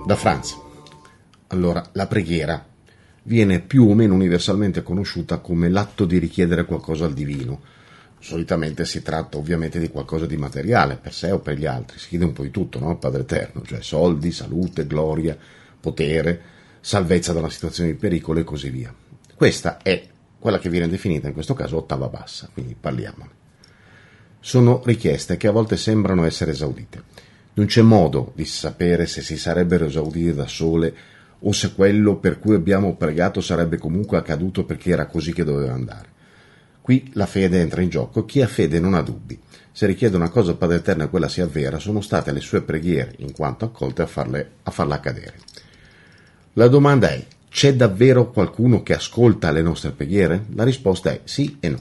Da Franz. Allora, la preghiera viene più o meno universalmente conosciuta come l'atto di richiedere qualcosa al divino. Solitamente si tratta ovviamente di qualcosa di materiale, per sé o per gli altri. Si chiede un po' di tutto, no? Al Padre Eterno, cioè soldi, salute, gloria, potere, salvezza da una situazione di pericolo e così via. Questa è quella che viene definita in questo caso ottava bassa, quindi parliamone. Sono richieste che a volte sembrano essere esaudite. Non c'è modo di sapere se si sarebbero esaudite da sole o se quello per cui abbiamo pregato sarebbe comunque accaduto perché era così che doveva andare. Qui la fede entra in gioco, chi ha fede non ha dubbi. Se richiede una cosa al Padre Eterno e quella si avvera, sono state le sue preghiere, in quanto accolte, a farla accadere. La domanda è: c'è davvero qualcuno che ascolta le nostre preghiere? La risposta è sì e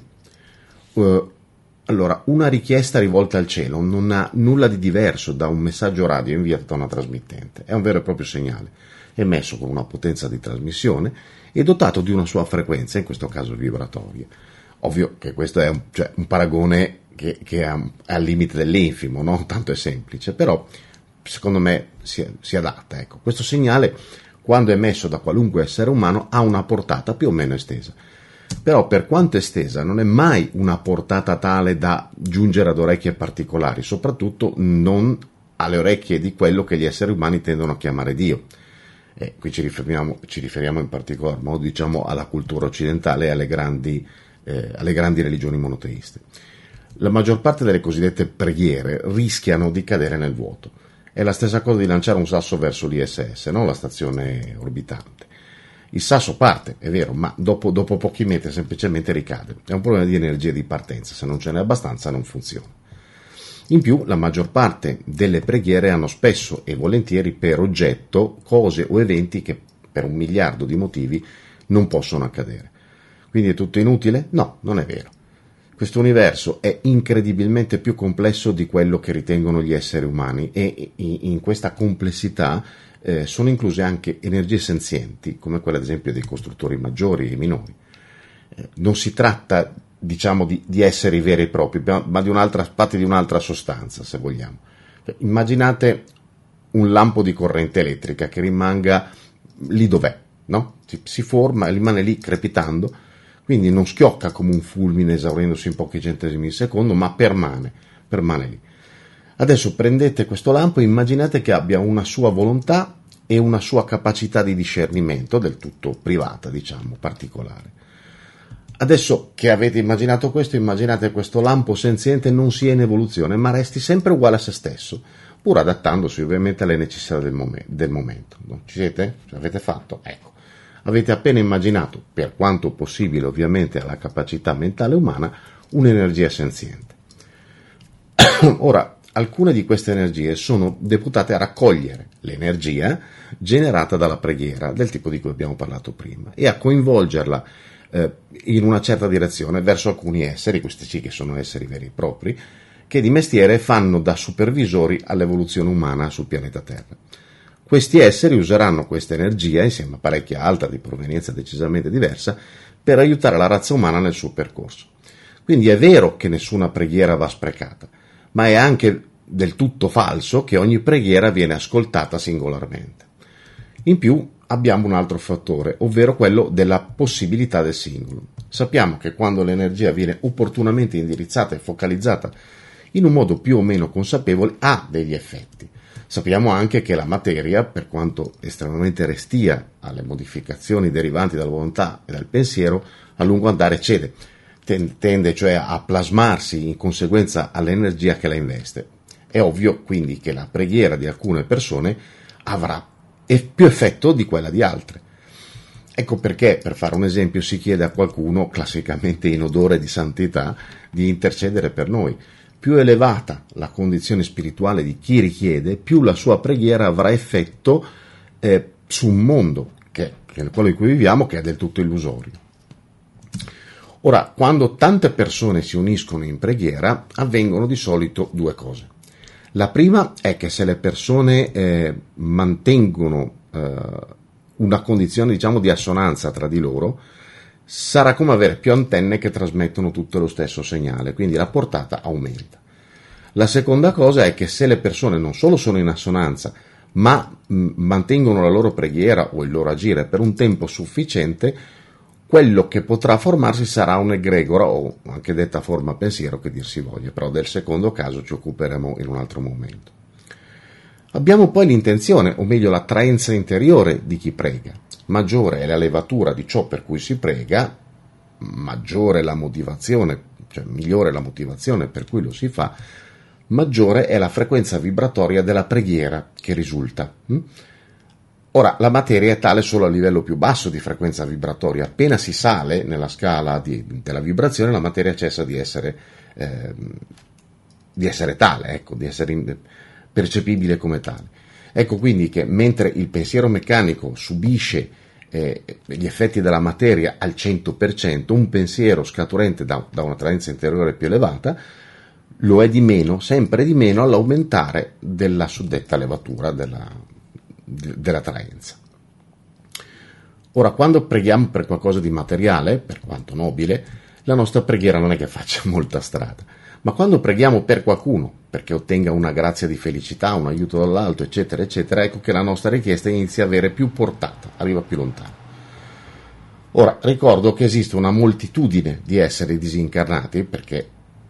no. Allora, una richiesta rivolta al cielo non ha nulla di diverso da un messaggio radio inviato da una trasmittente. È un vero e proprio segnale, emesso con una potenza di trasmissione e dotato di una sua frequenza, in questo caso vibratoria. Ovvio che questo è un paragone che è al limite dell'infimo, no? Tanto è semplice, però secondo me si adatta. Ecco. Questo segnale, quando emesso da qualunque essere umano, ha una portata più o meno estesa. Però per quanto estesa non è mai una portata tale da giungere ad orecchie particolari, soprattutto non alle orecchie di quello che gli esseri umani tendono a chiamare Dio. Qui ci riferiamo in particolar modo, diciamo, alla cultura occidentale e alle grandi religioni monoteiste. La maggior parte delle cosiddette preghiere rischiano di cadere nel vuoto. È la stessa cosa di lanciare un sasso verso l'ISS, no? La stazione orbitante. Il sasso parte, è vero, ma dopo pochi metri semplicemente ricade. È un problema di energia di partenza, se non ce n'è abbastanza non funziona. In più, la maggior parte delle preghiere hanno spesso e volentieri per oggetto cose o eventi che per 1 miliardo di motivi non possono accadere. Quindi è tutto inutile? No, non è vero. Questo universo è incredibilmente più complesso di quello che ritengono gli esseri umani e in questa complessità sono incluse anche energie senzienti, come quelle ad esempio dei costruttori maggiori e minori. Non si tratta, diciamo, di esseri veri e propri, ma di un'altra sostanza, se vogliamo. Immaginate un lampo di corrente elettrica che rimanga lì dov'è, no? Si forma e rimane lì crepitando, quindi non schiocca come un fulmine esaurendosi in pochi centesimi di secondo, ma permane lì. Adesso prendete questo lampo e immaginate che abbia una sua volontà e una sua capacità di discernimento del tutto privata, diciamo, particolare. Adesso che avete immaginato questo, immaginate questo lampo senziente non sia in evoluzione, ma resti sempre uguale a se stesso, pur adattandosi ovviamente alle necessità del momento. No? Ci siete? Ce l'avete fatto? Ecco. Avete appena immaginato, per quanto possibile ovviamente alla capacità mentale umana, un'energia senziente. Ora, alcune di queste energie sono deputate a raccogliere l'energia generata dalla preghiera, del tipo di cui abbiamo parlato prima, e a coinvolgerla in una certa direzione verso alcuni esseri, questi sì che sono esseri veri e propri, che di mestiere fanno da supervisori all'evoluzione umana sul pianeta Terra. Questi esseri useranno questa energia, insieme a parecchia altra di provenienza decisamente diversa, per aiutare la razza umana nel suo percorso. Quindi è vero che nessuna preghiera va sprecata, ma è anche del tutto falso che ogni preghiera viene ascoltata singolarmente. In più abbiamo un altro fattore, ovvero quello della possibilità del singolo. Sappiamo che quando l'energia viene opportunamente indirizzata e focalizzata in un modo più o meno consapevole ha degli effetti. Sappiamo anche che la materia, per quanto estremamente restia alle modificazioni derivanti dalla volontà e dal pensiero, a lungo andare cede, tende cioè a plasmarsi in conseguenza all'energia che la investe. È ovvio quindi che la preghiera di alcune persone avrà più effetto di quella di altre. Ecco perché, per fare un esempio, si chiede a qualcuno, classicamente in odore di santità, di intercedere per noi. Più elevata la condizione spirituale di chi richiede, più la sua preghiera avrà effetto su un mondo, che è quello in cui viviamo, che è del tutto illusorio. Ora, quando tante persone si uniscono in preghiera, avvengono di solito 2 cose. La prima è che se le persone mantengono una condizione, diciamo, di assonanza tra di loro, sarà come avere più antenne che trasmettono tutto lo stesso segnale, quindi la portata aumenta. La seconda cosa è che se le persone non solo sono in assonanza, ma mantengono la loro preghiera o il loro agire per un tempo sufficiente, quello che potrà formarsi sarà un'egregora, o anche detta forma pensiero che dir si voglia, però del secondo caso ci occuperemo in un altro momento. Abbiamo poi l'intenzione, o meglio l'attraenza interiore di chi prega. Maggiore è la levatura di ciò per cui si prega, maggiore la motivazione, cioè migliore la motivazione per cui lo si fa, maggiore è la frequenza vibratoria della preghiera che risulta. Ora, la materia è tale solo a livello più basso di frequenza vibratoria. Appena si sale nella scala della vibrazione, la materia cessa di essere tale, ecco, di essere percepibile come tale. Ecco quindi che mentre il pensiero meccanico subisce gli effetti della materia al 100%, un pensiero scaturente da una traenza interiore più elevata lo è di meno, sempre di meno, all'aumentare della suddetta levatura della traenza. Ora, quando preghiamo per qualcosa di materiale, per quanto nobile, la nostra preghiera non è che faccia molta strada, ma quando preghiamo per qualcuno, perché ottenga una grazia di felicità, un aiuto dall'alto, eccetera, eccetera, ecco che la nostra richiesta inizia a avere più portata, arriva più lontano. Ora, ricordo che esiste una moltitudine di esseri disincarnati, perché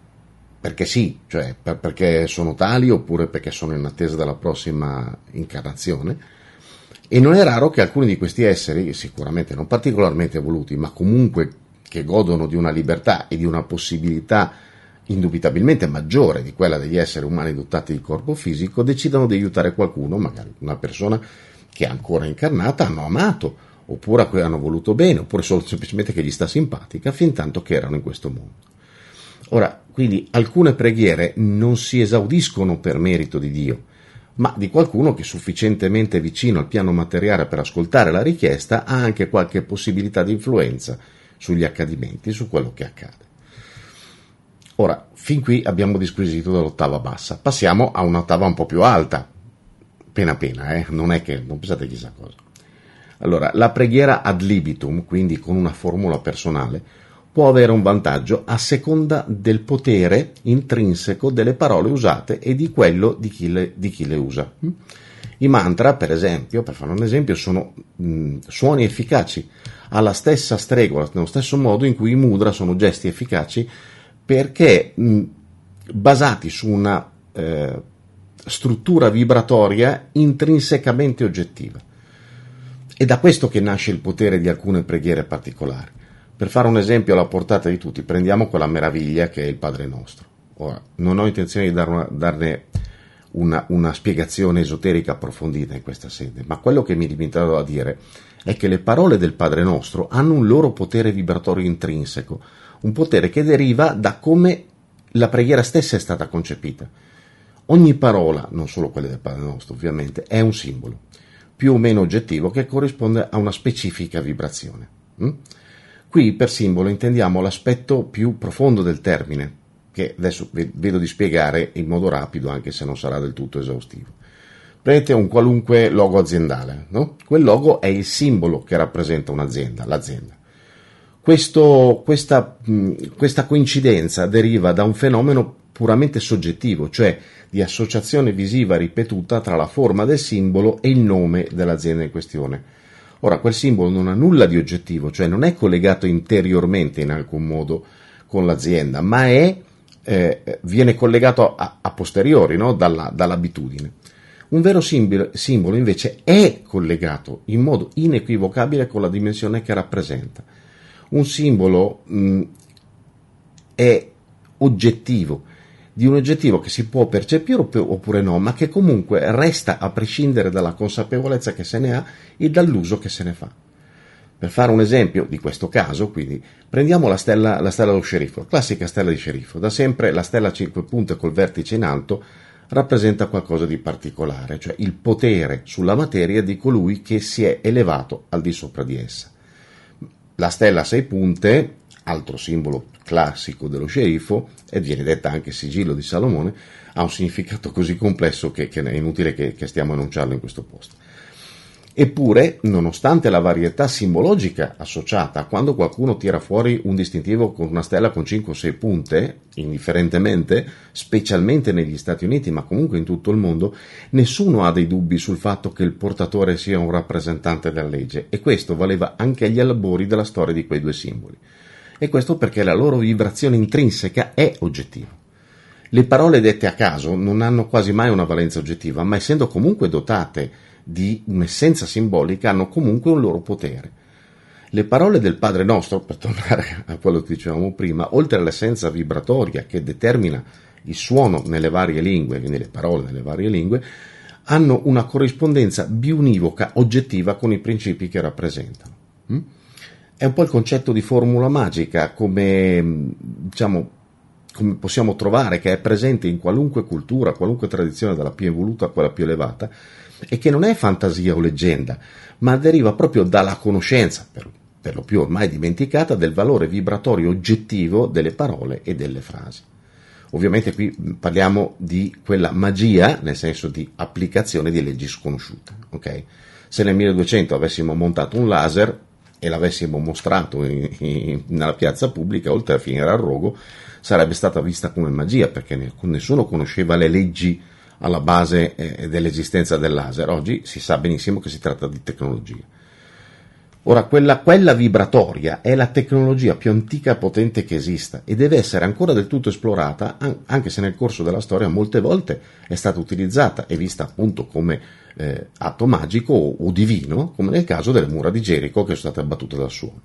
sì, cioè perché sono tali oppure perché sono in attesa della prossima incarnazione, e non è raro che alcuni di questi esseri, sicuramente non particolarmente evoluti, ma comunque che godono di una libertà e di una possibilità indubitabilmente maggiore di quella degli esseri umani dotati di corpo fisico, decidano di aiutare qualcuno, magari una persona che è ancora incarnata, hanno amato, oppure a cui hanno voluto bene, oppure solo semplicemente che gli sta simpatica, fin tanto che erano in questo mondo. Ora, quindi alcune preghiere non si esaudiscono per merito di Dio, ma di qualcuno che è sufficientemente vicino al piano materiale per ascoltare la richiesta ha anche qualche possibilità di influenza sugli accadimenti, su quello che accade. Ora, fin qui abbiamo disquisito dell'ottava bassa, passiamo a un'ottava un po' più alta, non pensate chissà cosa. Allora, la preghiera ad libitum, quindi con una formula personale, può avere un vantaggio a seconda del potere intrinseco delle parole usate e di quello di chi le usa. I mantra, per esempio, per fare un esempio, sono suoni efficaci, alla stessa stregua, nello stesso modo in cui i mudra sono gesti efficaci, perché basati su una struttura vibratoria intrinsecamente oggettiva. È da questo che nasce il potere di alcune preghiere particolari. Per fare un esempio alla portata di tutti, prendiamo quella meraviglia che è il Padre Nostro. Ora, non ho intenzione di darne una spiegazione esoterica approfondita in questa sede, ma quello che mi limiterò a dire è che le parole del Padre Nostro hanno un loro potere vibratorio intrinseco, un potere che deriva da come la preghiera stessa è stata concepita. Ogni parola, non solo quelle del Padre Nostro ovviamente, è un simbolo, più o meno oggettivo, che corrisponde a una specifica vibrazione. Qui per simbolo intendiamo l'aspetto più profondo del termine, che adesso vedo di spiegare in modo rapido, anche se non sarà del tutto esaustivo. Prendete un qualunque logo aziendale, no? Quel logo è il simbolo che rappresenta un'azienda, l'azienda. Questa coincidenza deriva da un fenomeno puramente soggettivo, cioè di associazione visiva ripetuta tra la forma del simbolo e il nome dell'azienda in questione. Ora, quel simbolo non ha nulla di oggettivo, cioè non è collegato interiormente in alcun modo con l'azienda, ma viene collegato a posteriori, no? dall'abitudine. Un vero simbolo invece è collegato in modo inequivocabile con la dimensione che rappresenta. Un simbolo è oggettivo, di un oggettivo che si può percepire oppure no, ma che comunque resta a prescindere dalla consapevolezza che se ne ha e dall'uso che se ne fa. Per fare un esempio di questo caso, quindi, prendiamo la stella dello sceriffo, la classica stella di sceriffo. Da sempre la stella a 5 punte col vertice in alto rappresenta qualcosa di particolare, cioè il potere sulla materia di colui che si è elevato al di sopra di essa. La stella a 6 punte, altro simbolo classico dello sceriffo, e viene detta anche sigillo di Salomone, ha un significato così complesso che è inutile che stiamo a enunciarlo in questo posto. Eppure, nonostante la varietà simbologica associata, quando qualcuno tira fuori un distintivo con una stella con 5 o 6 punte, indifferentemente, specialmente negli Stati Uniti, ma comunque in tutto il mondo, nessuno ha dei dubbi sul fatto che il portatore sia un rappresentante della legge, e questo valeva anche agli albori della storia di quei due simboli. E questo perché la loro vibrazione intrinseca è oggettiva. Le parole dette a caso non hanno quasi mai una valenza oggettiva, ma essendo comunque dotate di un'essenza simbolica hanno comunque un loro potere. Le parole del Padre Nostro, per tornare a quello che dicevamo prima, oltre all'essenza vibratoria che determina il suono nelle varie lingue, quindi le parole nelle varie lingue, hanno una corrispondenza biunivoca oggettiva con i principi che rappresentano. È un po' il concetto di formula magica, come possiamo trovare, che è presente in qualunque cultura, qualunque tradizione, dalla più evoluta a quella più elevata, e che non è fantasia o leggenda, ma deriva proprio dalla conoscenza, per lo più ormai dimenticata, del valore vibratorio oggettivo delle parole e delle frasi. Ovviamente qui parliamo di quella magia, nel senso di applicazione di leggi sconosciute. Okay? Se nel 1200 avessimo montato un laser e l'avessimo mostrato nella piazza pubblica, oltre a finire al rogo, sarebbe stata vista come magia, perché nessuno conosceva le leggi alla base dell'esistenza del laser. Oggi si sa benissimo che si tratta di tecnologia. Ora, quella vibratoria è la tecnologia più antica e potente che esista e deve essere ancora del tutto esplorata, anche se nel corso della storia molte volte è stata utilizzata e vista appunto come atto magico o divino, come nel caso delle mura di Gerico che sono state abbattute dal suono.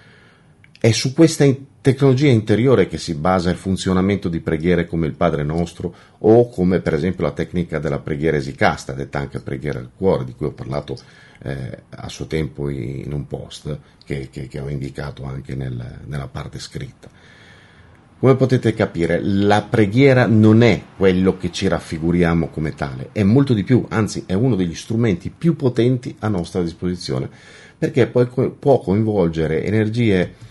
È su questa tecnologia interiore che si basa il funzionamento di preghiere come il Padre Nostro o come per esempio la tecnica della preghiera esicasta, detta anche preghiera al cuore, di cui ho parlato a suo tempo in un post che ho indicato anche nella parte scritta. Come potete capire, la preghiera non è quello che ci raffiguriamo come tale, è molto di più, anzi è uno degli strumenti più potenti a nostra disposizione, perché poi può coinvolgere energie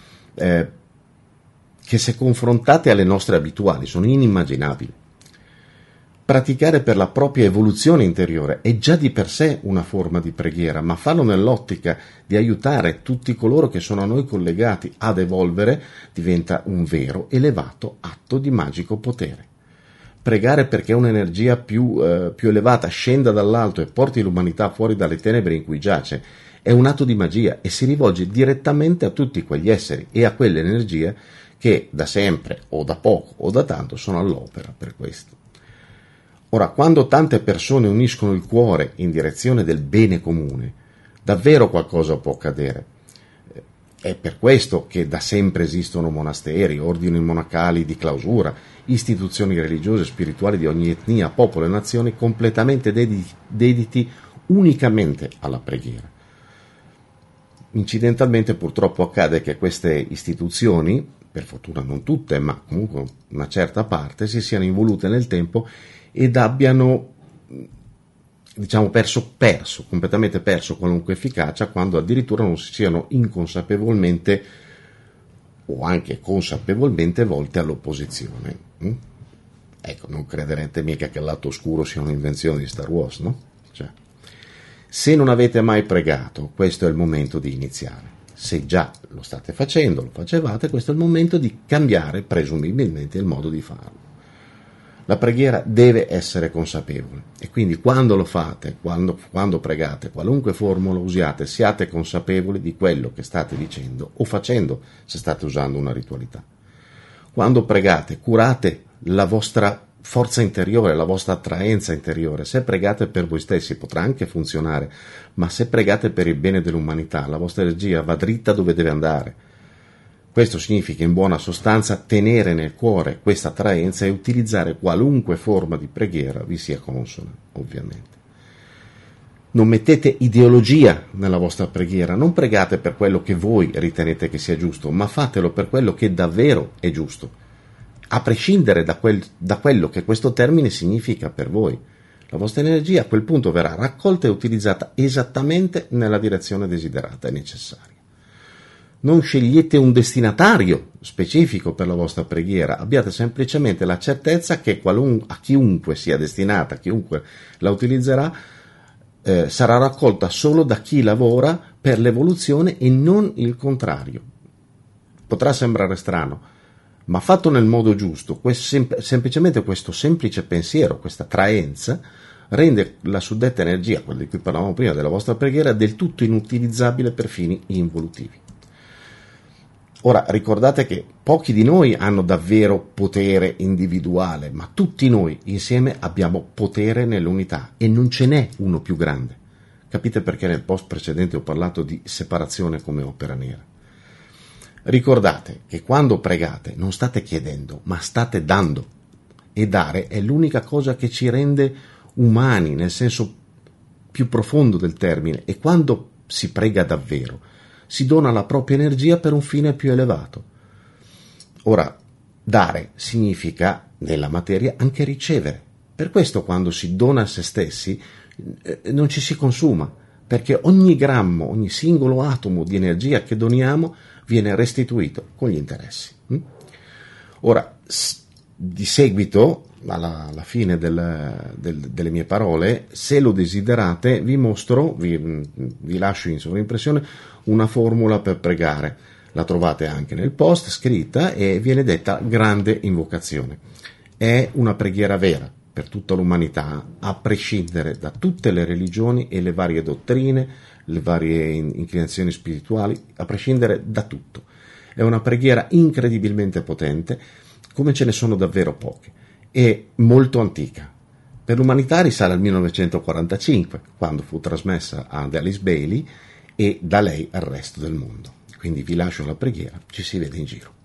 che se confrontate alle nostre abituali sono inimmaginabili. Praticare per la propria evoluzione interiore è già di per sé una forma di preghiera, ma farlo nell'ottica di aiutare tutti coloro che sono a noi collegati ad evolvere diventa un vero, elevato atto di magico potere. Pregare perché un'energia più elevata scenda dall'alto e porti l'umanità fuori dalle tenebre in cui giace è un atto di magia e si rivolge direttamente a tutti quegli esseri e a quelle energie che da sempre o da poco o da tanto sono all'opera per questo. Ora, quando tante persone uniscono il cuore in direzione del bene comune, davvero qualcosa può accadere. È per questo che da sempre esistono monasteri, ordini monacali di clausura, istituzioni religiose e spirituali di ogni etnia, popolo e nazione completamente dediti unicamente alla preghiera. Incidentalmente purtroppo accade che queste istituzioni, per fortuna non tutte, ma comunque una certa parte, si siano involute nel tempo ed abbiano, completamente perso qualunque efficacia, quando addirittura non si siano inconsapevolmente o anche consapevolmente volte all'opposizione. Ecco, non crederete mica che il lato oscuro sia un'invenzione di Star Wars, no? Se non avete mai pregato, questo è il momento di iniziare. Se già lo state facendo, lo facevate, questo è il momento di cambiare presumibilmente il modo di farlo. La preghiera deve essere consapevole e quindi quando lo fate, quando pregate, qualunque formula usiate, siate consapevoli di quello che state dicendo o facendo se state usando una ritualità. Quando pregate, curate la vostra forza interiore, la vostra attraenza interiore. Se pregate per voi stessi potrà anche funzionare, ma se pregate per il bene dell'umanità, la vostra energia va dritta dove deve andare. Questo significa in buona sostanza tenere nel cuore questa attraenza e utilizzare qualunque forma di preghiera vi sia consona, ovviamente. Non mettete ideologia nella vostra preghiera, non pregate per quello che voi ritenete che sia giusto, ma fatelo per quello che davvero è giusto, a prescindere da quello che questo termine significa per voi. La vostra energia a quel punto verrà raccolta e utilizzata esattamente nella direzione desiderata e necessaria. Non scegliete un destinatario specifico per la vostra preghiera, abbiate semplicemente la certezza che a chiunque sia destinata, chiunque la utilizzerà, sarà raccolta solo da chi lavora per l'evoluzione e non il contrario. Potrà sembrare strano, ma fatto nel modo giusto, semplicemente questo semplice pensiero, questa traenza, rende la suddetta energia, quella di cui parlavamo prima della vostra preghiera, del tutto inutilizzabile per fini involutivi. Ora, ricordate che pochi di noi hanno davvero potere individuale, ma tutti noi insieme abbiamo potere nell'unità e non ce n'è uno più grande. Capite perché nel post precedente ho parlato di separazione come opera nera? Ricordate che quando pregate non state chiedendo, ma state dando. E dare è l'unica cosa che ci rende umani, nel senso più profondo del termine. E quando si prega davvero, si dona la propria energia per un fine più elevato. Ora, dare significa, nella materia, anche ricevere. Per questo quando si dona a se stessi non ci si consuma, perché ogni grammo, ogni singolo atomo di energia che doniamo viene restituito con gli interessi. Ora, di seguito, alla fine delle mie parole, se lo desiderate, vi mostro, vi lascio in sovraimpressione una formula per pregare. La trovate anche nel post, scritta, e viene detta grande invocazione. È una preghiera vera per tutta l'umanità, a prescindere da tutte le religioni e le varie dottrine, le varie inclinazioni spirituali, a prescindere da tutto. È una preghiera incredibilmente potente, come ce ne sono davvero poche, e molto antica. Per l'umanità risale al 1945, quando fu trasmessa ad Alice Bailey e da lei al resto del mondo. Quindi vi lascio la preghiera, ci si vede in giro.